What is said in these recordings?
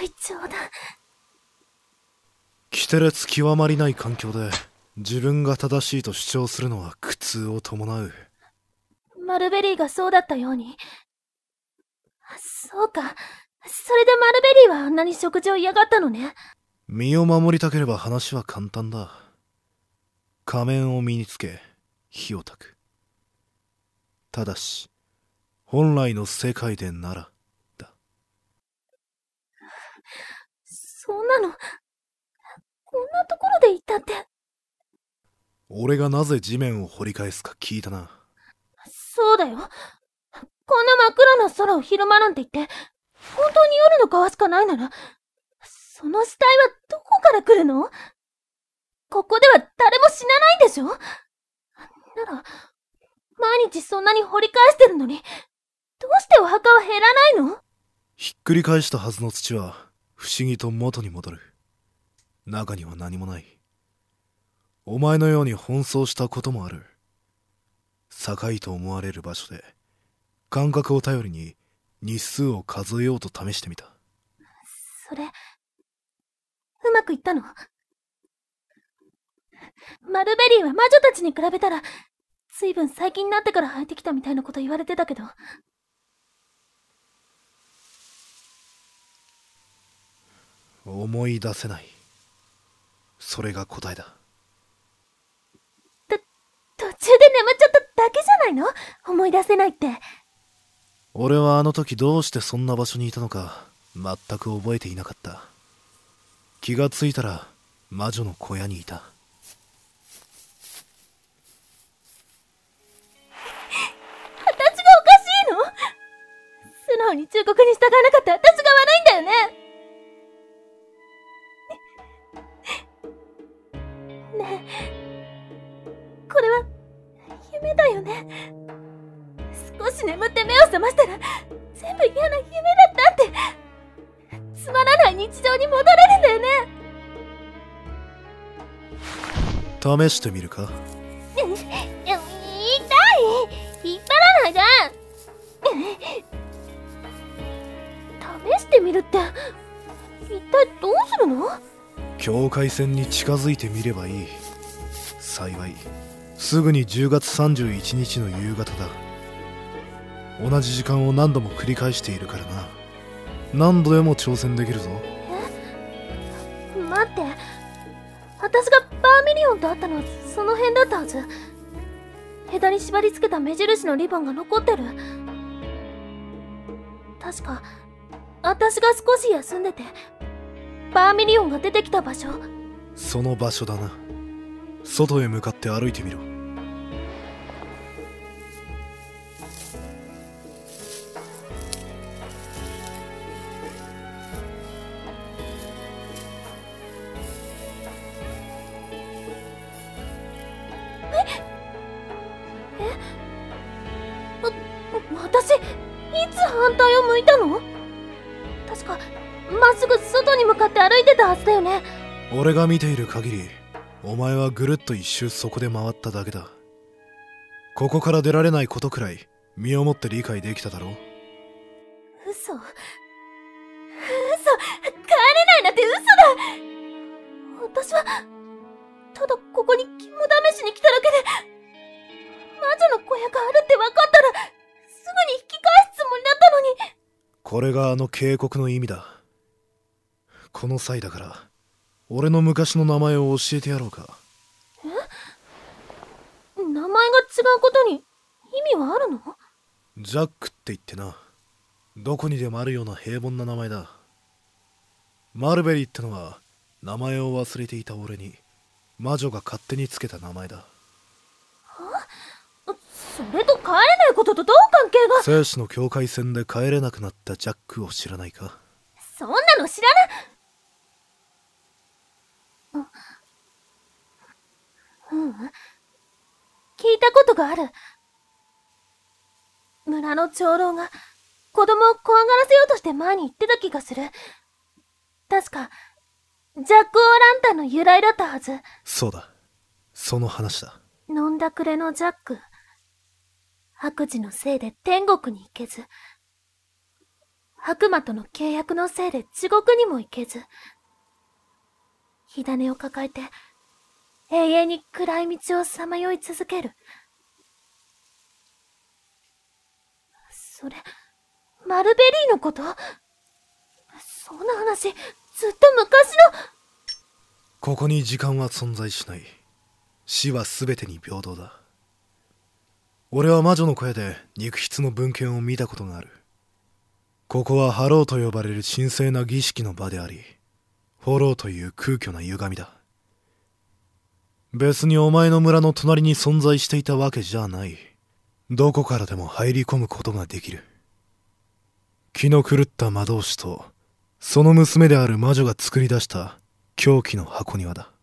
い冗談。 キテレツ極まりない環境で自分が正しいと主張するのは苦痛を伴う。 マルベリーがそうだったように。そうか。それでマルベリーはあんなに食事を嫌がったのね。 身を守りたければ話は簡単だ。仮面を身につけ火を焚く。ただし本来の世界でならだ。 そんなのこんなところで言ったって。 俺がなぜ地面を掘り返すか聞いたな。 そうだよ。こんな真っ暗な空を昼間なんて言って、本当に夜の川しかないなら、その死体はどこから来るの？ここでは誰も死なないんでしょ？なら、毎日そんなに掘り返してるのに、どうしてお墓は減らないの？ ひっくり返したはずの土は不思議と元に戻る。中には何もない。お前のように奔走したこともある。境と思われる場所で感覚を頼りに日数を数えようと試してみた。 それ、うまくいったの？マルベリーは魔女たちに比べたら、随分最近になってから生えてきたみたいなこと言われてたけど。 思い出せない。それが答えだ。 途中で眠っちゃっただけじゃないの？思い出せないって。 俺はあの時どうしてそんな場所にいたのか全く覚えていなかった。気がついたら魔女の小屋にいた。 私がおかしいの？素直に忠告に従わなかった私が悪いんだよね。ねえ、これは夢だよね。少し眠って目を覚ましたら全部嫌な夢だったって。つまらない日常に戻れるんだよね。 試してみるか？ 痛い。引っ張らないで。試してみるって一体どうするの？ 境界線に近づいてみればいい。幸いすぐに10月31日の夕方だ。同じ時間を何度も繰り返しているからな。何度でも挑戦できるぞ。 待って、私がバーミリオンと会ったのはその辺だったはず。枝に縛り付けた目印のリボンが残ってる。確か私が少し休んでてバーミリオンが出てきた場所。 その場所だな。外へ向かって歩いてみろ。 私、いつ反対を向いたの？確か、まっすぐ外に向かって歩いてたはずだよね。 俺が見ている限り、お前はぐるっと一周そこで回っただけだ。ここから出られないことくらい身をもって理解できただろう。 嘘。帰れないなんて嘘だ。私は、ただここに肝試しに来ただけで、魔女の小屋があるって分かったら、すぐに引き返すつもりだったのに。 これがあの警告の意味だ。この際だから、俺の昔の名前を教えてやろうか。 名前が違うことに意味はあるの？ ジャックって言ってな、どこにでもあるような平凡な名前だ。マルベリーってのは名前を忘れていた俺に魔女が勝手につけた名前だ。 それと帰れないこととどう関係が？ 生死の境界線で帰れなくなったジャックを知らないか？ そんなの知らない。聞いたことがある。村の長老が子供を怖がらせようとして前に言ってた気がする。確か、ジャック・オーランタンの由来だったはず。 そうだ、その話だ。 飲んだくれのジャック。悪事のせいで天国に行けず、 悪魔との契約のせいで地獄にも行けず、火種を抱えて永遠に暗い道をさまよい続ける。それ、マルベリーのこと？そんな話、ずっと昔の。 ここに時間は存在しない。死は全てに平等だ。俺は魔女の声で肉筆の文献を見たことがある。ここはハローと呼ばれる神聖な儀式の場であり、フォローという空虚な歪みだ。別にお前の村の隣に存在していたわけじゃない。どこからでも入り込むことができる。気の狂った魔導士とその娘である魔女が作り出した狂気の箱庭だ。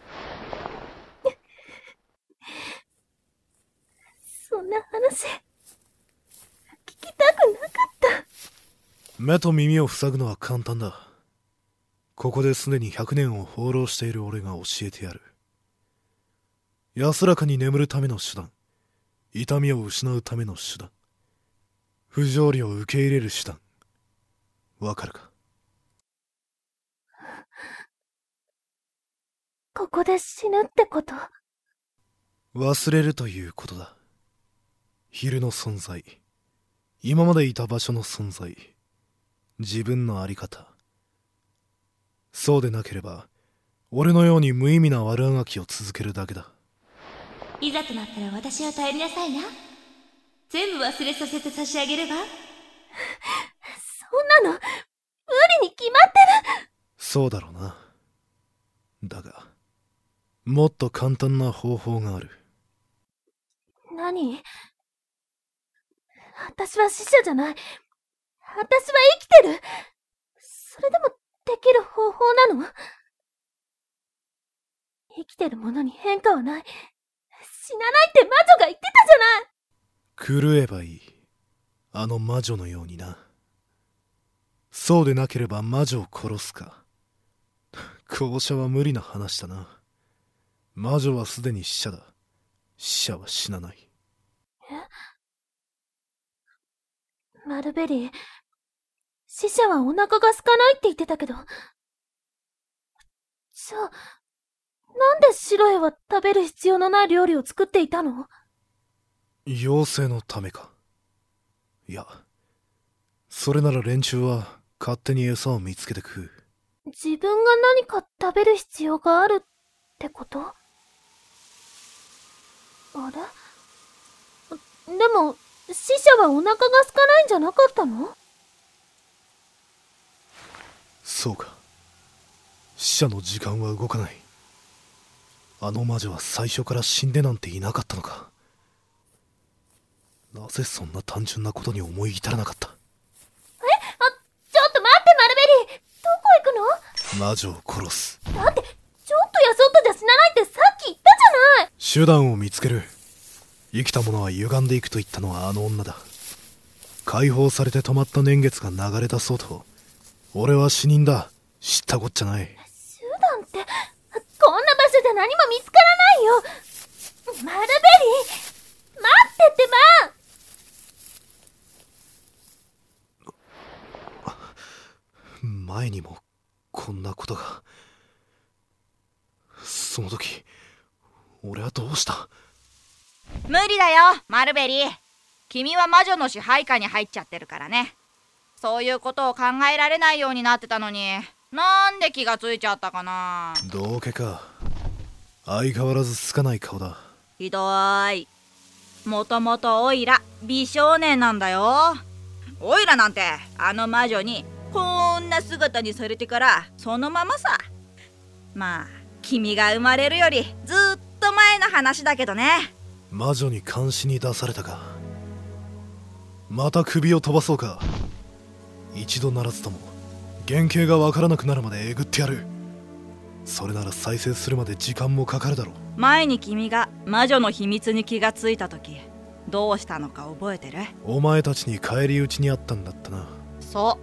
そんな話聞きたくなかった。 目と耳を塞ぐのは簡単だ。ここですでに100年を放浪している俺が教えてやる。安らかに眠るための手段、痛みを失うための手段、不条理を受け入れる手段。わかるか？ ここで死ぬってこと？ 忘れるということだ。昼の存在、今までいた場所の存在、自分の在り方。そうでなければ俺のように無意味な悪あがきを続けるだけだ。 いざとなったら私を頼りなさいな。全部忘れさせて差し上げれば。 そんなの無理に決まってる。 そうだろうな。だがもっと簡単な方法がある。 何？私は死者じゃない。私は生きてる。それでもできる方法なの？生きてるものに変化はない。死なないって魔女が言ってたじゃない。 狂えばいい。あの魔女のようにな。そうでなければ魔女を殺すか。後者は無理な話だな。魔女はすでに死者だ。死者は死なない。 マルベリー、死者はお腹が空かないって言ってたけど。じゃあ、なんでシロエは食べる必要のない料理を作っていたの？ 妖精のためか。いや、それなら連中は勝手に餌を見つけて食う。 自分が何か食べる必要があるってこと？あれ？でも、死者はお腹が空かないんじゃなかったの？ そうか。死者の時間は動かない。あの魔女は最初から死んでなんていなかったのか。なぜそんな単純なことに思い至らなかった？ ちょっと待ってマルベリー、どこ行くの？ 魔女を殺す。 だって、ちょっとやそっとじゃ死なないってさっき言ったじゃない。 手段を見つける。生きた者は歪んでいくと言ったのはあの女だ。解放されて止まった年月が流れ出そうと。俺は死人だ。知ったこっちゃない。 手段って、こんな場所じゃ何も見つからないよ。マルベリー、待ってってば。 前にもこんなことが。その時俺はどうした？ 無理だよマルベリー。君は魔女の支配下に入っちゃってるからね。そういうことを考えられないようになってたのに、なんで気がついちゃったかな。 道化か。相変わらずつかない顔だ。 ひどい。もともとオイラ美少年なんだよ。オイラなんてあの魔女にこんな姿にされてからそのままさ。まあ君が生まれるよりずっと前の話だけどね。 魔女に監視に出されたか。また首を飛ばそうか。一度ならずとも原型がわからなくなるまでえぐってやる。それなら再生するまで時間もかかるだろう。 前に君が魔女の秘密に気がついた時どうしたのか覚えてる？ お前たちに返り討ちにあったんだったな。 そう、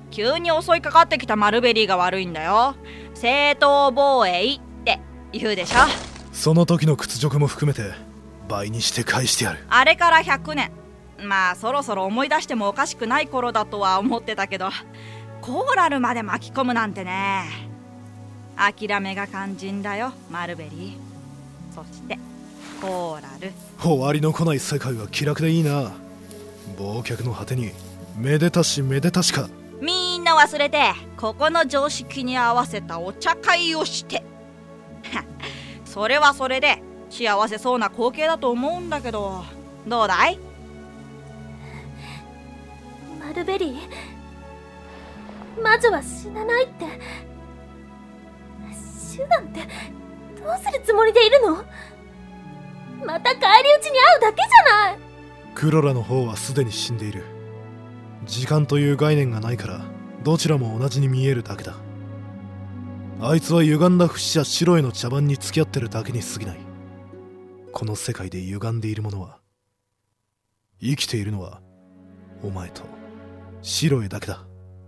急に襲いかかってきたマルベリーが悪いんだよ。正当防衛って言うでしょ。 その時の屈辱も含めて倍にして返してやる。 あれから100年まあそろそろ思い出してもおかしくない頃だとは思ってたけど、コーラルまで巻き込むなんてね。諦めが肝心だよマルベリー。そしてコーラル。 終わりの来ない世界は気楽でいいな。忘却の果てにめでたしめでたしか。 みんな忘れてここの常識に合わせたお茶会をしてそれはそれで幸せそうな光景だと思うんだけど、どうだい？ マルベリー、魔女は死なないって。シュナンってどうするつもりでいるの？また返り討ちに遭うだけじゃない。 クロラの方はすでに死んでいる。時間という概念がないからどちらも同じに見えるだけだ。あいつは歪んだ不死者シロへの茶番に付き合ってるだけに過ぎない。この世界で歪んでいるものは、生きているのはお前とシロエだけだ。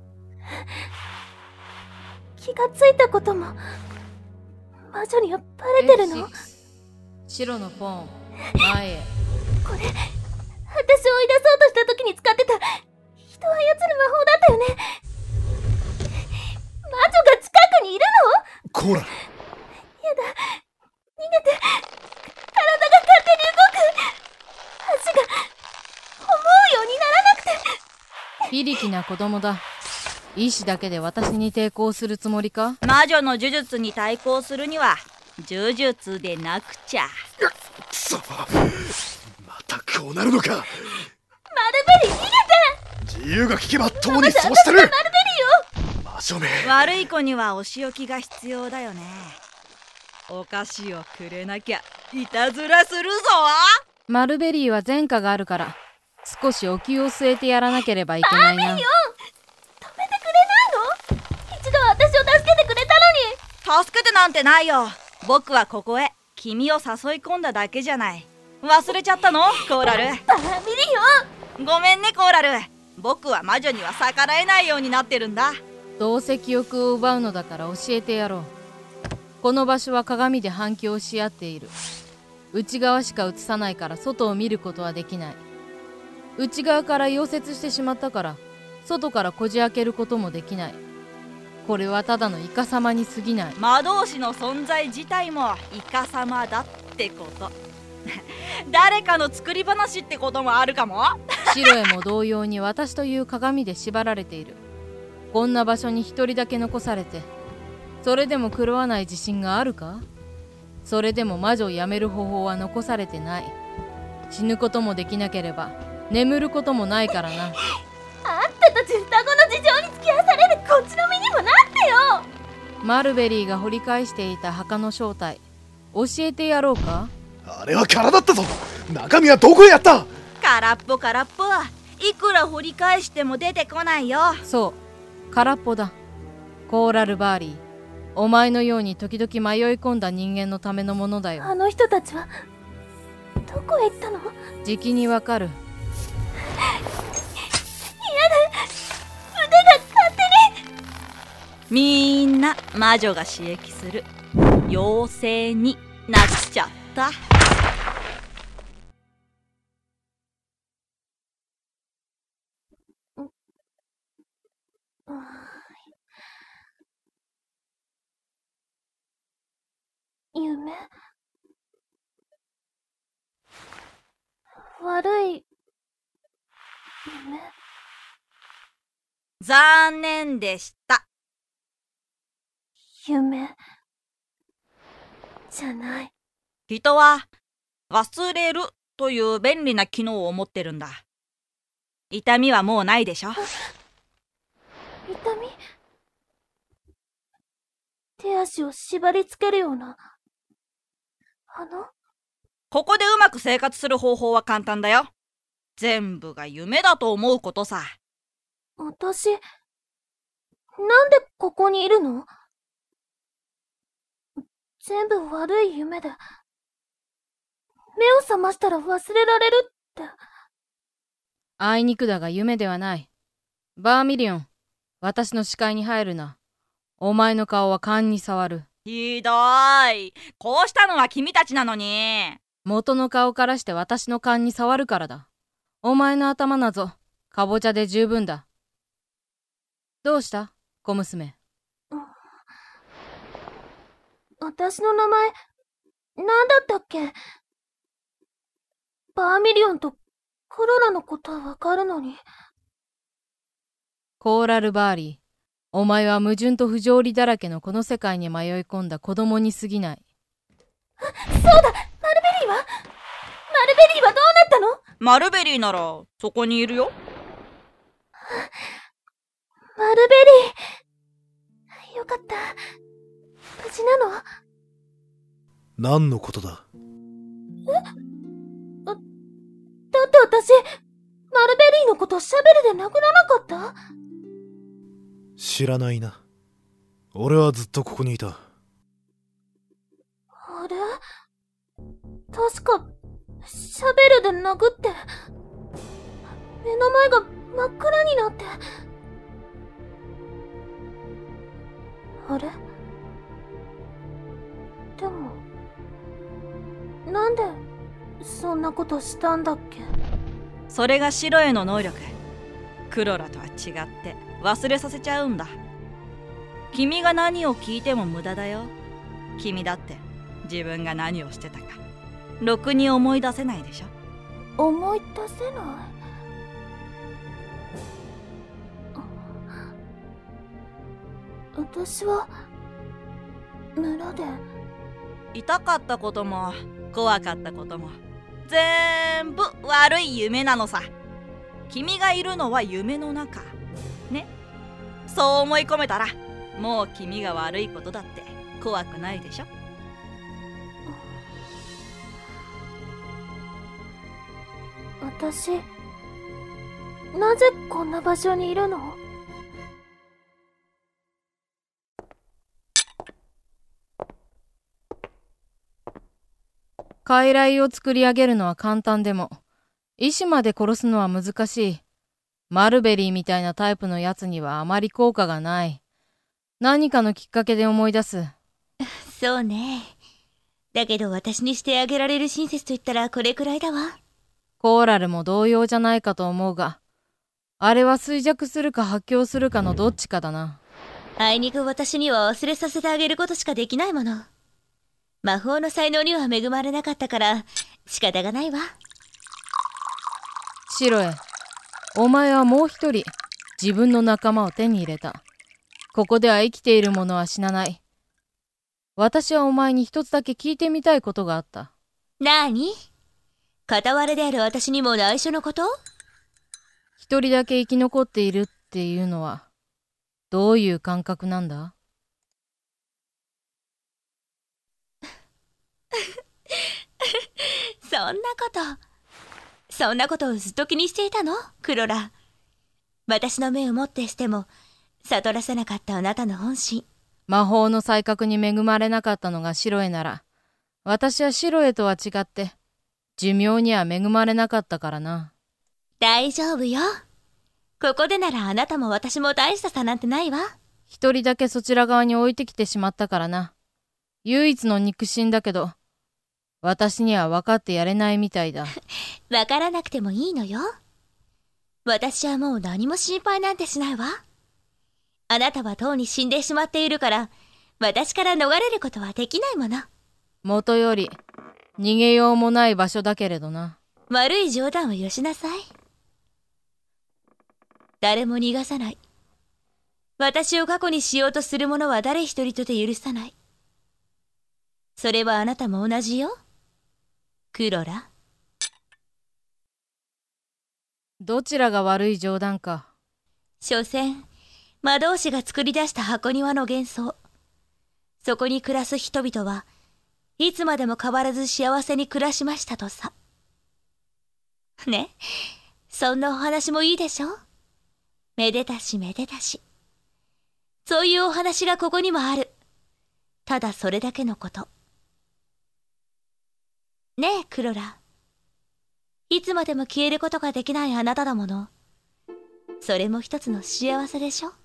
気がついたことも魔女にはバレてるの？ 白のポン前へ。 これ私を追い出そうとした時に使ってた人を操る魔法だったよね。魔女が近くにいるの？ コーラ。 やだ、逃げて。体が勝手に動く。足が思うようにならなくて。 非力な子供だ。意志だけで私に抵抗するつもりか？ 魔女の呪術に対抗するには呪術でなくちゃ。 くそ、またこうなるのか。 マルベリー、逃げて。 自由が利けば共にそうしてる。 マルベリーよ。 魔女め。 悪い子にはお仕置きが必要だよね。お菓子をくれなきゃいたずらするぞ。 マルベリーは前科があるから少しお気を据えてやらなければいけないな。 ダメよ、止めてくれないの？一度は私を助けてくれたのに。 助けてなんてないよ。僕はここへ君を誘い込んだだけじゃない。忘れちゃったのコーラル？ バミリオン。 ごめんねコーラル。僕は魔女には逆らえないようになってるんだ。 どうせ記憶を奪うのだから教えてやろう。この場所は鏡で反響し合っている。内側しか映さないから外を見ることはできない。内側から溶接してしまったから外からこじ開けることもできない。これはただのイカ様に過ぎない。 魔導士の存在自体もイカ様だってこと誰かの作り話ってこともあるかも。 シロエも同様に私という鏡で縛られている。こんな場所に一人だけ残されてそれでも狂わない自信があるか？それでも魔女をやめる方法は残されてない。死ぬこともできなければ眠ることもないからな。 あんたたち双子の事情に付き合わされるこっちの身にもなってよ。 マルベリーが掘り返していた墓の正体教えてやろうか？ あれは空だったぞ。中身はどこへやった？ 空っぽ空っぽ。いくら掘り返しても出てこないよ。 そう空っぽだ。コーラルバーリー、お前のように時々迷い込んだ人間のためのものだよ。 あの人たちはどこへ行ったの？ じきにわかる。 腕が勝手に。 みんな魔女が刺激する妖精になっちゃった。 夢？悪い夢？ 残念でした。 夢じゃない。 人は忘れるという便利な機能を持ってるんだ。痛みはもうないでしょ。 痛み？手足を縛り付けるようなここでうまく生活する方法は簡単だよ。全部が夢だと思うことさ。 私、なんでここにいるの？全部悪い夢で。目を覚ましたら忘れられるって。 あいにくだが夢ではない。バーミリオン、私の視界に入るな。お前の顔は勘に触る。 ひどい。こうしたのは君たちなのに。 元の顔からして私の勘に触るからだ。 お前の頭なぞかぼちゃで十分だ。どうした小娘。 私の名前、なんだったっけ？バーミリオンとクロラのことはわかるのに。 コーラルバーリー、お前は矛盾と不条理だらけのこの世界に迷い込んだ子供に過ぎない。 そうだ、マルベリーは？マルベリーはどうなったの？ マルベリーならそこにいるよ。 マルベリー。よかった。無事なの？ 何のことだ？ だって私、マルベリーのことシャベルで殴らなかった？ 知らないな。俺はずっとここにいた。 あれ？確か、シャベルで殴って、目の前が真っ暗になって。あれ？でも、なんで、そんなことしたんだっけ？ それがシロエの能力。クロラとは違って忘れさせちゃうんだ。君が何を聞いても無駄だよ。君だって自分が何をしてたかろくに思い出せないでしょ。 思い出せない。私は村で痛かったことも怖かったことも全部悪い夢なのさ。君がいるのは夢の中ね。そう思い込めたらもう君が悪いことだって怖くないでしょ。 私、なぜこんな場所にいるの？ 傀儡を作り上げるのは簡単でも、医師まで殺すのは難しい。マルベリーみたいなタイプのやつにはあまり効果がない。何かのきっかけで思い出す。 そうね。だけど私にしてあげられる親切と言ったらこれくらいだわ。 コーラルも同様じゃないかと思うが、あれは衰弱するか発狂するかのどっちかだな。 あいにく私には忘れさせてあげることしかできないもの。魔法の才能には恵まれなかったから仕方がないわ。 シロエ、お前はもう一人自分の仲間を手に入れた。ここでは生きている者は死なない。私はお前に一つだけ聞いてみたいことがあった。 なーに？片割れである私にも内緒のこと？ 一人だけ生き残っているっていうのはどういう感覚なんだ？ そんなことをずっと気にしていたの？クロラ。私の目をもってしても悟らせなかったあなたの本心。 魔法の才覚に恵まれなかったのがシロエなら、私はシロエとは違って寿命には恵まれなかったからな。 大丈夫よ。ここでならあなたも私も大した差なんてないわ。 一人だけそちら側に置いてきてしまったからな。唯一の肉親だけど、私には分かってやれないみたいだ。 わからなくてもいいのよ。私はもう何も心配なんてしないわ。あなたはとうに死んでしまっているから、私から逃れることはできないもの。 もとより逃げようもない場所だけれどな。 悪い冗談はよしなさい。誰も逃がさない。私を過去にしようとする者は誰一人とて許さない。それはあなたも同じよ。クロラ。 どちらが悪い冗談か。 所詮、魔導士が作り出した箱庭の幻想。そこに暮らす人々はいつまでも変わらず幸せに暮らしましたとさ。ね、そんなお話もいいでしょ？めでたしめでたし。そういうお話がここにもある。ただそれだけのこと。ねえ、クロラ。いつまでも消えることができないあなただもの。それも一つの幸せでしょ？